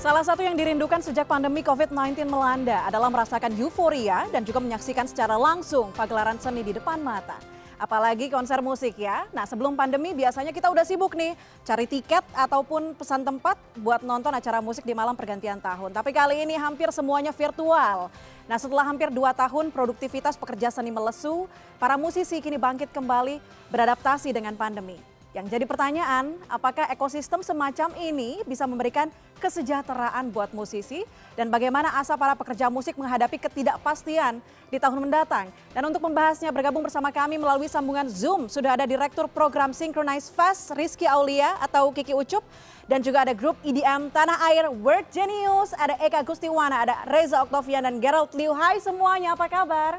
Salah satu yang dirindukan sejak pandemi COVID-19 melanda adalah merasakan euforia dan juga menyaksikan secara langsung pagelaran seni di depan mata. Apalagi konser musik ya. Nah sebelum pandemi biasanya kita udah sibuk nih cari tiket ataupun pesan tempat buat nonton acara musik di malam pergantian tahun. Tapi kali ini hampir semuanya virtual. Nah setelah hampir 2 tahun produktivitas pekerja seni melesu, para musisi kini bangkit kembali beradaptasi dengan pandemi. Yang jadi pertanyaan, apakah ekosistem semacam ini bisa memberikan kesejahteraan buat musisi dan bagaimana asa para pekerja musik menghadapi ketidakpastian di tahun mendatang. Dan untuk membahasnya bergabung bersama kami melalui sambungan Zoom sudah ada Direktur Program Synchronize Fest Rizky Aulia atau Kiki Ucup dan juga ada grup EDM Tanah Air World Genius, ada Eka Gustiwana, ada Reza Octavian dan Gerald Liu. Hai semuanya, apa kabar?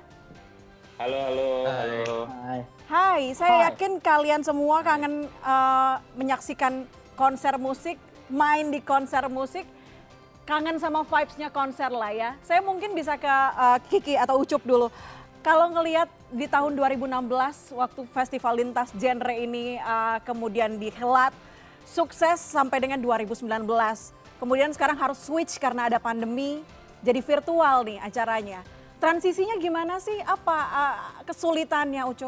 Halo. Hai, saya yakin kalian semua kangen menyaksikan konser musik, main di konser musik, kangen sama vibes-nya konser lah ya. Saya mungkin bisa ke Kiki atau Ucup dulu. Kalau ngelihat di tahun 2016 waktu festival lintas genre ini kemudian dihelat, sukses sampai dengan 2019. Kemudian sekarang harus switch karena ada pandemi, jadi virtual nih acaranya. Transisinya gimana sih? Apa kesulitannya Ucup?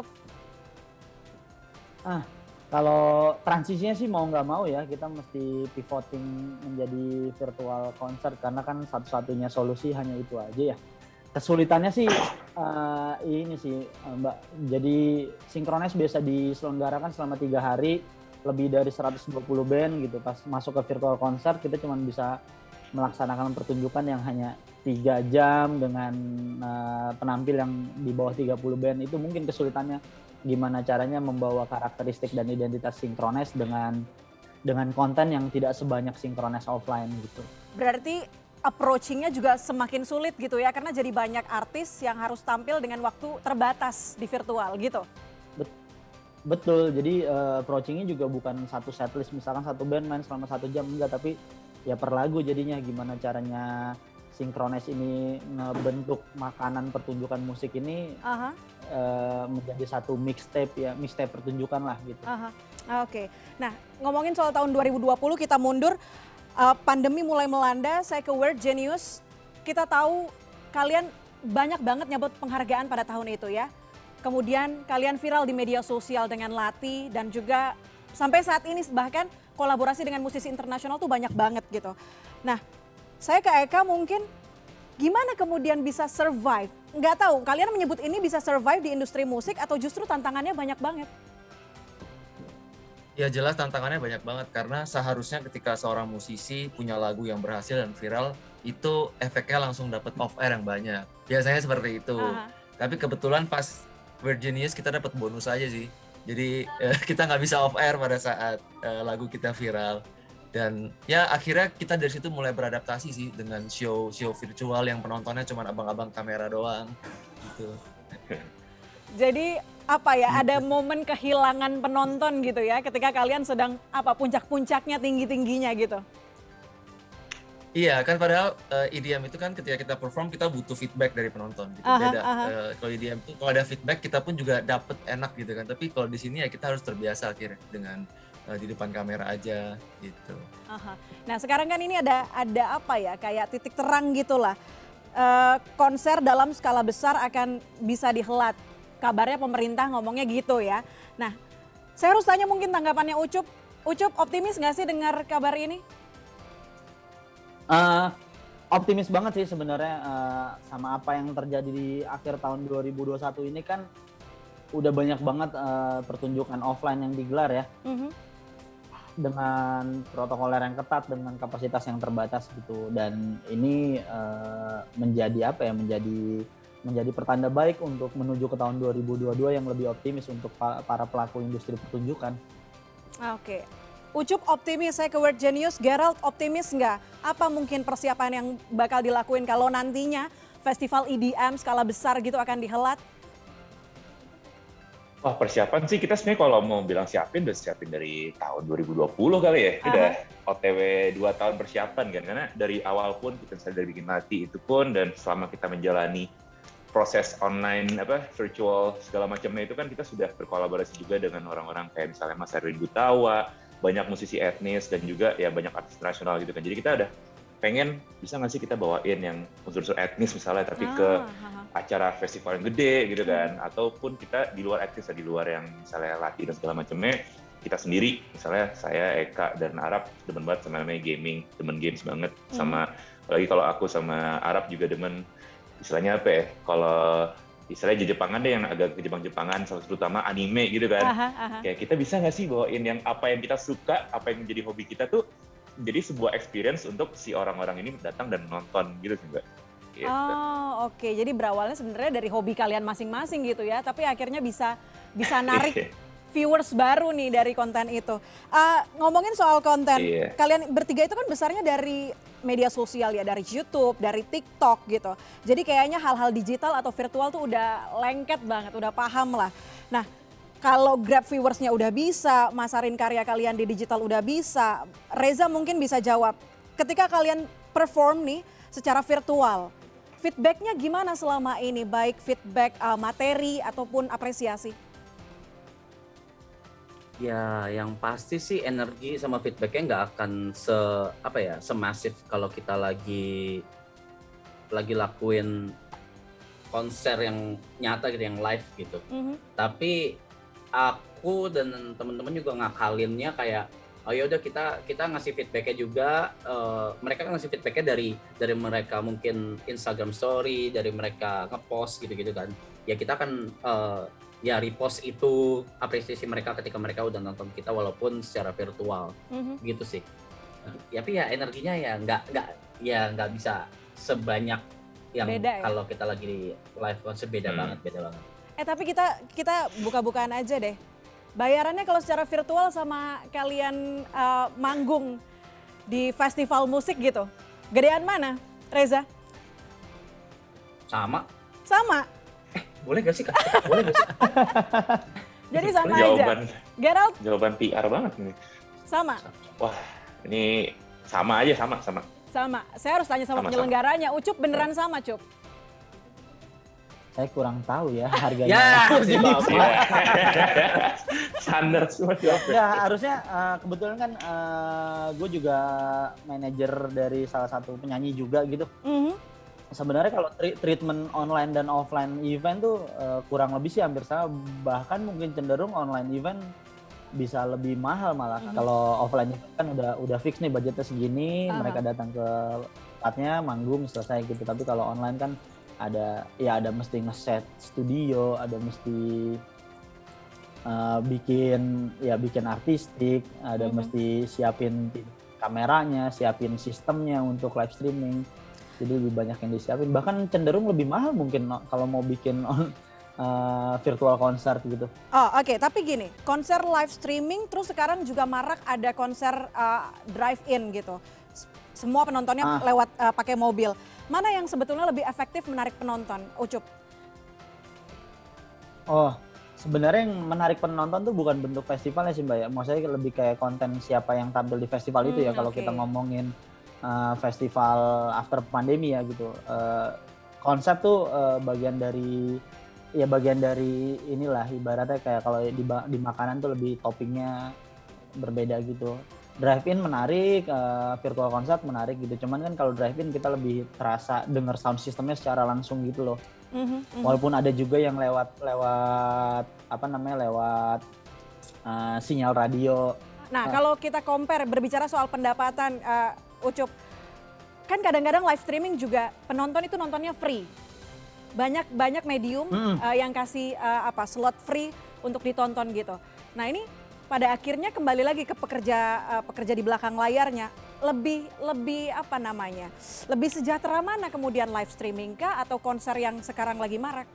Kalau transisinya sih mau nggak mau ya kita mesti pivoting menjadi virtual konser karena kan satu-satunya solusi hanya itu aja ya. Kesulitannya sih ini sih Mbak. Jadi Synchronize biasa diselenggarakan selama 3 hari, lebih dari 120 band gitu. Pas masuk ke virtual konser kita cuma bisa melaksanakan pertunjukan yang hanya 3 jam dengan penampil yang di bawah 30 band. Itu mungkin kesulitannya gimana caranya membawa karakteristik dan identitas Synchronize dengan konten yang tidak sebanyak Synchronize offline gitu. Berarti approaching-nya juga semakin sulit gitu ya karena jadi banyak artis yang harus tampil dengan waktu terbatas di virtual gitu. Betul, jadi approaching-nya juga bukan satu setlist, misalkan satu band main selama 1 jam, enggak, tapi ya per lagu jadinya gimana caranya Synchronize ini ngebentuk makanan pertunjukan musik ini menjadi satu mixtape pertunjukan lah gitu. Oke. Nah ngomongin soal tahun 2020 kita mundur, pandemi mulai melanda, saya ke World Genius, kita tahu kalian banyak banget nyabot penghargaan pada tahun itu ya. Kemudian kalian viral di media sosial dengan Lati dan juga sampai saat ini bahkan kolaborasi dengan musisi internasional tuh banyak banget gitu. Nah saya ke Eka mungkin gimana kemudian bisa survive? Nggak tahu, kalian menyebut ini bisa survive di industri musik atau justru tantangannya banyak banget? Ya jelas tantangannya banyak banget karena seharusnya ketika seorang musisi punya lagu yang berhasil dan viral itu efeknya langsung dapat off air yang banyak. Biasanya seperti itu. Tapi kebetulan pas World Genius kita dapat bonus aja sih. Jadi kita nggak bisa off air pada saat lagu kita viral. Dan ya akhirnya kita dari situ mulai beradaptasi sih dengan show virtual yang penontonnya cuma abang-abang kamera doang gitu. Jadi apa ya, ada momen kehilangan penonton gitu ya ketika kalian sedang puncak-puncaknya, tinggi-tingginya gitu. Iya kan padahal EDM itu kan ketika kita perform kita butuh feedback dari penonton gitu. Beda kalau EDM itu kalau ada feedback kita pun juga dapet enak gitu kan. Tapi kalau di sini ya kita harus terbiasa akhirnya dengan di depan kamera aja gitu. Nah sekarang kan ini ada apa ya, kayak titik terang gitulah. Konser dalam skala besar akan bisa dihelat. Kabarnya pemerintah ngomongnya gitu ya. Nah saya harus tanya mungkin tanggapannya Ucup. Ucup optimis nggak sih dengar kabar ini? Optimis banget sih sebenarnya sama apa yang terjadi di akhir tahun 2021 ini kan udah banyak banget pertunjukan offline yang digelar ya. Dengan protokoler yang ketat, dengan kapasitas yang terbatas gitu, dan ini menjadi pertanda baik untuk menuju ke tahun 2022 yang lebih optimis untuk para pelaku industri pertunjukan. Oke. Ucup optimis, saya ke World Genius. Gerald optimis nggak? Apa mungkin persiapan yang bakal dilakuin kalau nantinya festival EDM skala besar gitu akan dihelat? Wah persiapan sih kita sebenarnya kalau mau bilang siapin udah siapin dari tahun 2020 kali ya. Udah OTW 2 tahun persiapan kan, karena dari awal pun kita sadar bikin Lati itu pun, dan selama kita menjalani proses online virtual segala macamnya itu kan kita sudah berkolaborasi juga dengan orang-orang kayak misalnya Mas Erwin Gutawa, banyak musisi etnis dan juga ya banyak artis nasional gitu kan. Jadi kita udah pengen bisa nggak sih kita bawain yang unsur-unsur etnis misalnya, tapi ke acara festival yang gede gitu kan, ataupun kita di luar etnis, di luar yang misalnya Latin dan segala macamnya, kita sendiri, misalnya saya, Eka, dan Arab demen banget sama namanya gaming, demen games banget, sama apalagi kalau aku sama Arab juga demen, istilahnya apa ya, kalau istilahnya Jepangan deh, yang agak ke Jepang-Jepangan, terutama anime gitu kan. Kayak kita bisa nggak sih bawain yang apa yang kita suka, apa yang menjadi hobi kita tuh jadi sebuah experience untuk si orang-orang ini datang dan nonton gitu sih Mbak. Gitu. Oh oke, jadi berawalnya sebenarnya dari hobi kalian masing-masing gitu ya, tapi akhirnya bisa narik viewers baru nih dari konten itu. Ngomongin soal konten, kalian bertiga itu kan besarnya dari media sosial ya, dari YouTube, dari TikTok gitu. Jadi kayaknya hal-hal digital atau virtual tuh udah lengket banget, udah paham lah. Nah, kalau grab viewersnya udah bisa, masarin karya kalian di digital udah bisa, Reza mungkin bisa jawab. Ketika kalian perform nih secara virtual, feedbacknya gimana selama ini? Baik feedback materi ataupun apresiasi? Ya, yang pasti sih energi sama feedbacknya nggak akan semasif kalau kita lagi lakuin konser yang nyata gitu, yang live gitu. Tapi aku dan teman-teman juga ngakalinnya kayak, oh ya udah kita ngasih feedbacknya juga. Mereka kan ngasih feedbacknya dari mereka mungkin Instagram Story, dari mereka ngepost gitu-gitu kan. Ya kita kan ya repost itu apresiasi mereka ketika mereka udah nonton kita walaupun secara virtual gitu sih. Tapi ya energinya ya nggak bisa sebanyak yang beda, kalau kita lagi di live konser, beda banget. Tapi kita buka-bukaan aja deh. Bayarannya kalau secara virtual sama kalian manggung di festival musik gitu, gedean mana, Reza? Sama. Boleh gak sih Kak? Boleh gak sih? Jadi sama aja. Gerald? Jawaban PR banget nih. Sama? Wah, ini sama aja, sama. Sama. Saya harus tanya sama penyelenggaranya. Ucup beneran sama, Cup? Saya kurang tahu ya harganya. Standar semua jawabnya. Ya harusnya kebetulan kan gue juga manajer dari salah satu penyanyi juga gitu. Sebenarnya kalau treatment online dan offline event tuh kurang lebih sih hampir sama, bahkan mungkin cenderung online event bisa lebih mahal malah. Kalau offline event kan udah fix nih budgetnya segini, mereka datang ke tempatnya, manggung, selesai gitu. Tapi kalau online kan ada mesti ngeset studio, ada mesti bikin artistik, ada mesti siapin kameranya, siapin sistemnya untuk live streaming. Jadi lebih banyak yang disiapin, bahkan cenderung lebih mahal mungkin kalau mau bikin virtual concert gitu. Oh oke, tapi gini, konser live streaming terus sekarang juga marak ada konser drive-in gitu. Semua penontonnya lewat pakai mobil. Mana yang sebetulnya lebih efektif menarik penonton, Ucup? Oh, sebenarnya yang menarik penonton tuh bukan bentuk festivalnya sih Mbak ya. Maksudnya lebih kayak konten siapa yang tampil di festival itu ya, kalau kita ngomongin festival after pandemi ya gitu. Konsep tuh bagian dari inilah, ibaratnya kayak kalau di makanan tuh lebih toppingnya berbeda gitu. Drive-in menarik, virtual concert menarik gitu. Cuman kan kalau drive-in kita lebih terasa denger sound systemnya secara langsung gitu loh. Walaupun ada juga yang lewat sinyal radio. Nah, kalau kita compare, berbicara soal pendapatan, Ucup, kan kadang-kadang live streaming juga penonton itu nontonnya free. Banyak medium yang kasih slot free untuk ditonton gitu. Nah ini pada akhirnya kembali lagi ke pekerja di belakang layarnya, lebih lebih sejahtera mana kemudian live streaming kah atau konser yang sekarang lagi marak?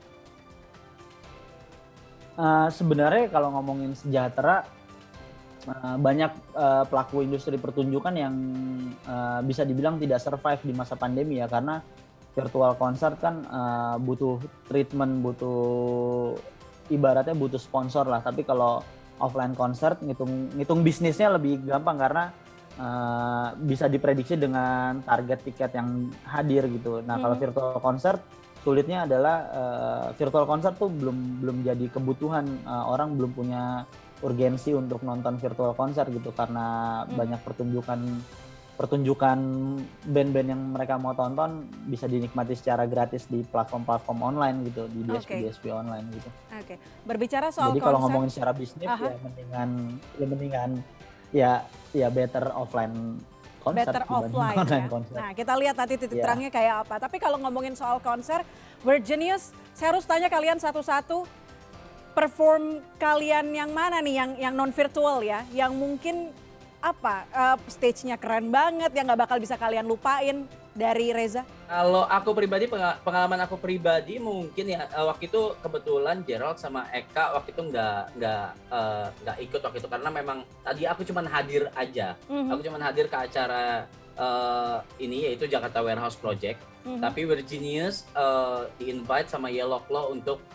Sebenarnya kalau ngomongin sejahtera, banyak pelaku industri pertunjukan yang bisa dibilang tidak survive di masa pandemi ya, karena virtual concert kan butuh treatment, ibaratnya butuh sponsor lah. Tapi kalau offline concert ngitung bisnisnya lebih gampang karena bisa diprediksi dengan target tiket yang hadir gitu. Nah kalau virtual concert sulitnya adalah virtual concert tuh belum jadi kebutuhan, orang belum punya urgensi untuk nonton virtual concert gitu karena banyak pertunjukan pertunjukan band-band yang mereka mau tonton bisa dinikmati secara gratis di platform-platform online gitu, di DSP online gitu. Oke. Berbicara soal jadi konser. Kalau ngomongin secara bisnis ya mendingan ya better offline konser better offline ya. konser. Nah, kita lihat nanti titik terangnya kayak apa. Tapi kalau ngomongin soal konser, Virginius, saya harus tanya kalian satu-satu, perform kalian yang mana nih, yang non virtual ya, yang mungkin stage-nya keren banget, yang nggak bakal bisa kalian lupain dari Reza? Kalau aku pribadi, pengalaman aku pribadi mungkin ya waktu itu kebetulan Gerald sama Eka waktu itu nggak ikut waktu itu karena memang tadi aku cuma hadir aja. Aku cuma hadir ke acara ini yaitu Jakarta Warehouse Project. Tapi Virginius di-invite sama Yellow Claw untuk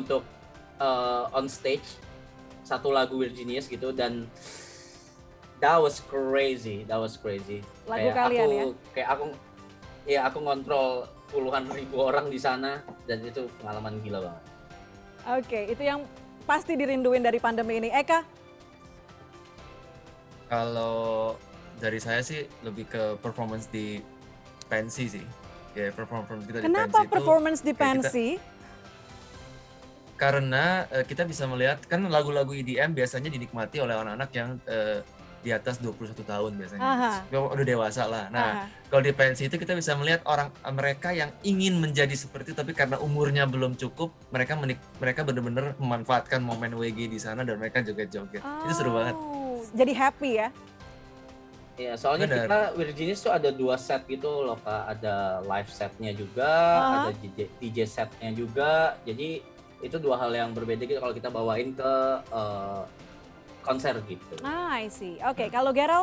on stage satu lagu Virginius gitu, dan that was crazy. Lagu kalian aku ngontrol puluhan ribu orang di sana dan itu pengalaman gila banget. Oke, itu yang pasti dirinduin dari pandemi ini. Eka? Kalau dari saya sih lebih ke performance di pensi sih. Ya, performance kita di pensi. Kenapa performance di pensi? Karena kita bisa melihat kan lagu-lagu EDM biasanya dinikmati oleh anak-anak yang di atas 21 tahun biasanya. Udah dewasa lah. Nah, kalau di pensi itu kita bisa melihat mereka yang ingin menjadi seperti itu tapi karena umurnya belum cukup, mereka benar-benar memanfaatkan momen WG di sana dan mereka joget-joget. Itu seru banget. Jadi happy ya? Iya, soalnya kita Virginius tuh ada 2 set gitu loh, Kak. Ada live setnya juga, ada DJ setnya juga. Jadi itu 2 hal yang berbeda gitu kalau kita bawain ke konser gitu. I see. Oke, kalau Gerald?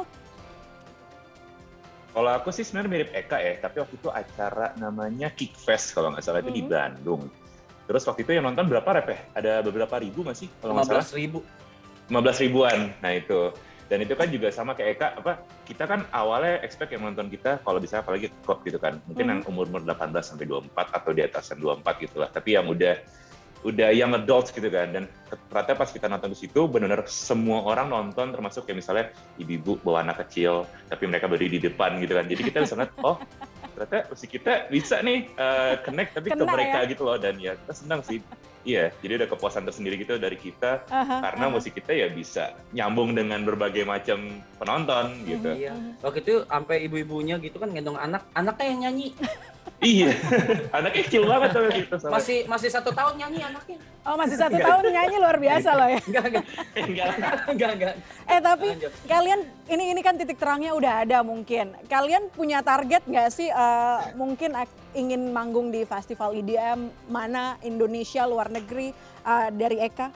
Kalau aku sih sebenarnya mirip Eka ya, tapi waktu itu acara namanya Kickfest kalau nggak salah itu di Bandung. Terus waktu itu yang nonton berapa rep ya? Ada beberapa ribu nggak sih? 15.000. 15 ribuan. Nah itu. Dan itu kan juga sama kayak Eka, kita kan awalnya expect yang nonton kita kalau bisa apalagi klub gitu kan. Mungkin yang umur 18 sampai 24 atau di atasan 24 gitu lah. Tapi yang udah young adults gitu kan, dan ternyata pas kita nonton di situ benar-benar semua orang nonton, termasuk kayak misalnya ibu-ibu bawa anak kecil tapi mereka berdiri di depan gitu kan, jadi kita bisa ngeliat ternyata musik kita bisa nih connect tapi ke mereka gitu loh, dan ya kita senang sih. Iya, jadi ada kepuasan tersendiri gitu dari kita karena musik kita ya bisa nyambung dengan berbagai macam penonton gitu. Iya. Waktu itu sampai ibu-ibunya gitu kan gendong anaknya yang nyanyi. Iya, anaknya kecil banget tuh gitu. Masih 1 tahun nyanyi anaknya. Oh, masih 1 tahun nyanyi, luar biasa loh ya. Enggak. Tapi kalian ini kan titik terangnya udah ada mungkin. Kalian punya target nggak sih mungkin ingin manggung di festival EDM mana, Indonesia, luar negeri, dari Eka?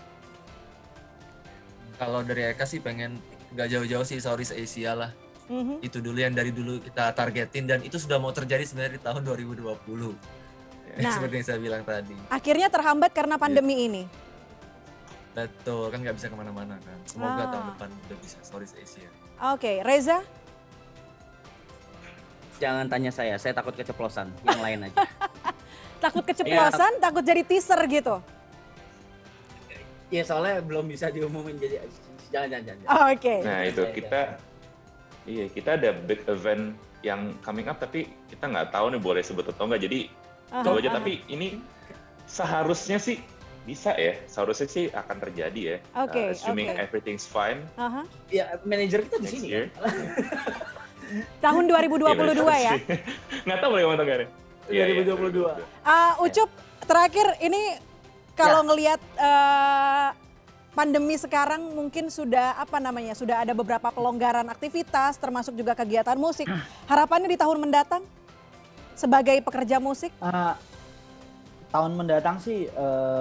Kalau dari Eka sih pengen nggak jauh-jauh sih Southeast Asia lah. Itu dulu yang dari dulu kita targetin dan itu sudah mau terjadi sebenarnya di tahun 2020. Nah, seperti yang saya bilang tadi. Akhirnya terhambat karena pandemi ini. Betul, kan nggak bisa kemana-mana kan. Semoga tahun depan udah bisa Southeast Asia. Oke, Reza? Jangan tanya saya takut keceplosan. Yang lain aja. Takut keceplosan, takut jadi teaser gitu? Iya, soalnya belum bisa diumumin jadi jangan. Oke. Nah itu kita ada big event yang coming up tapi kita nggak tahu nih boleh sebut atau nggak, jadi coba aja. Tapi ini seharusnya sih bisa ya, seharusnya sih akan terjadi ya. Assuming everything's fine. Ya manajer kita di sini ya. Tahun 2022 ya? Nggak tahu boleh ngomong nggak nih? 2022. Ucup, terakhir ini kalau ngelihat pandemi sekarang mungkin sudah sudah ada beberapa pelonggaran aktivitas termasuk juga kegiatan musik. Harapannya di tahun mendatang sebagai pekerja musik? Tahun mendatang sih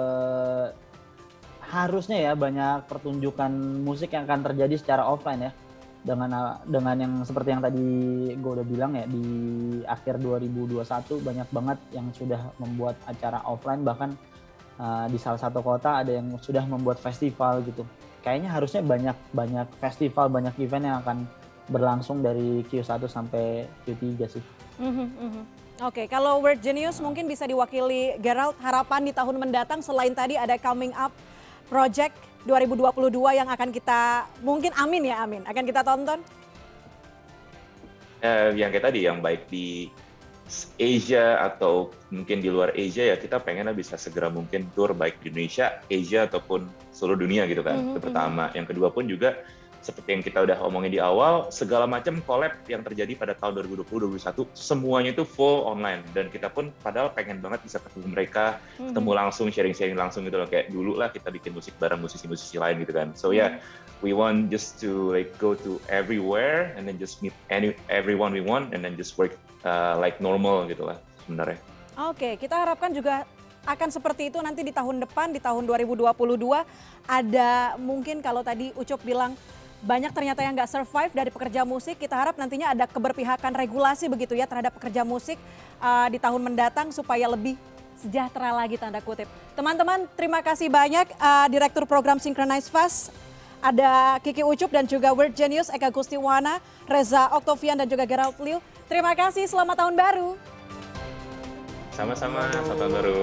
harusnya ya banyak pertunjukan musik yang akan terjadi secara offline ya. Dengan yang seperti yang tadi gue udah bilang ya, di akhir 2021 banyak banget yang sudah membuat acara offline, bahkan di salah satu kota ada yang sudah membuat festival gitu. Kayaknya harusnya banyak festival, banyak event yang akan berlangsung dari Q1 sampai Q3 sih. Oke, kalau Virginius mungkin bisa diwakili Gerald, harapan di tahun mendatang selain tadi ada coming up project 2022 yang akan kita, mungkin amin, akan kita tonton? yang kayak tadi, yang baik di Asia atau mungkin di luar Asia ya, kita pengennya bisa segera mungkin tour baik di Indonesia, Asia ataupun seluruh dunia gitu kan. Itu pertama. Yang kedua pun juga seperti yang kita udah omongin di awal, segala macam collab yang terjadi pada tahun 2020-2021 semuanya itu full online, dan kita pun padahal pengen banget bisa ketemu mereka, ketemu langsung, sharing-sharing langsung gitu loh, kayak dulu lah kita bikin musik bareng musisi-musisi lain gitu kan. So yeah, we want just to like go to everywhere and then just meet everyone we want and then just work like normal gitu lah sebenarnya. Oke, kita harapkan juga akan seperti itu nanti di tahun depan, di tahun 2022 ada mungkin kalau tadi Ucup bilang banyak ternyata yang nggak survive dari pekerja musik, kita harap nantinya ada keberpihakan regulasi begitu ya terhadap pekerja musik di tahun mendatang supaya lebih sejahtera lagi tanda kutip. Teman-teman terima kasih banyak Direktur Program Synchronize Fest, ada Kiki Ucup dan juga Weird Genius, Eka Gustiwana, Reza Octavian dan juga Gerald Liu. Terima kasih, selamat tahun baru. Sama-sama, selamat tahun baru.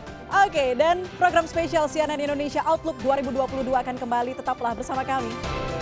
Oke, dan program spesial CNN Indonesia Outlook 2022 akan kembali, tetaplah bersama kami.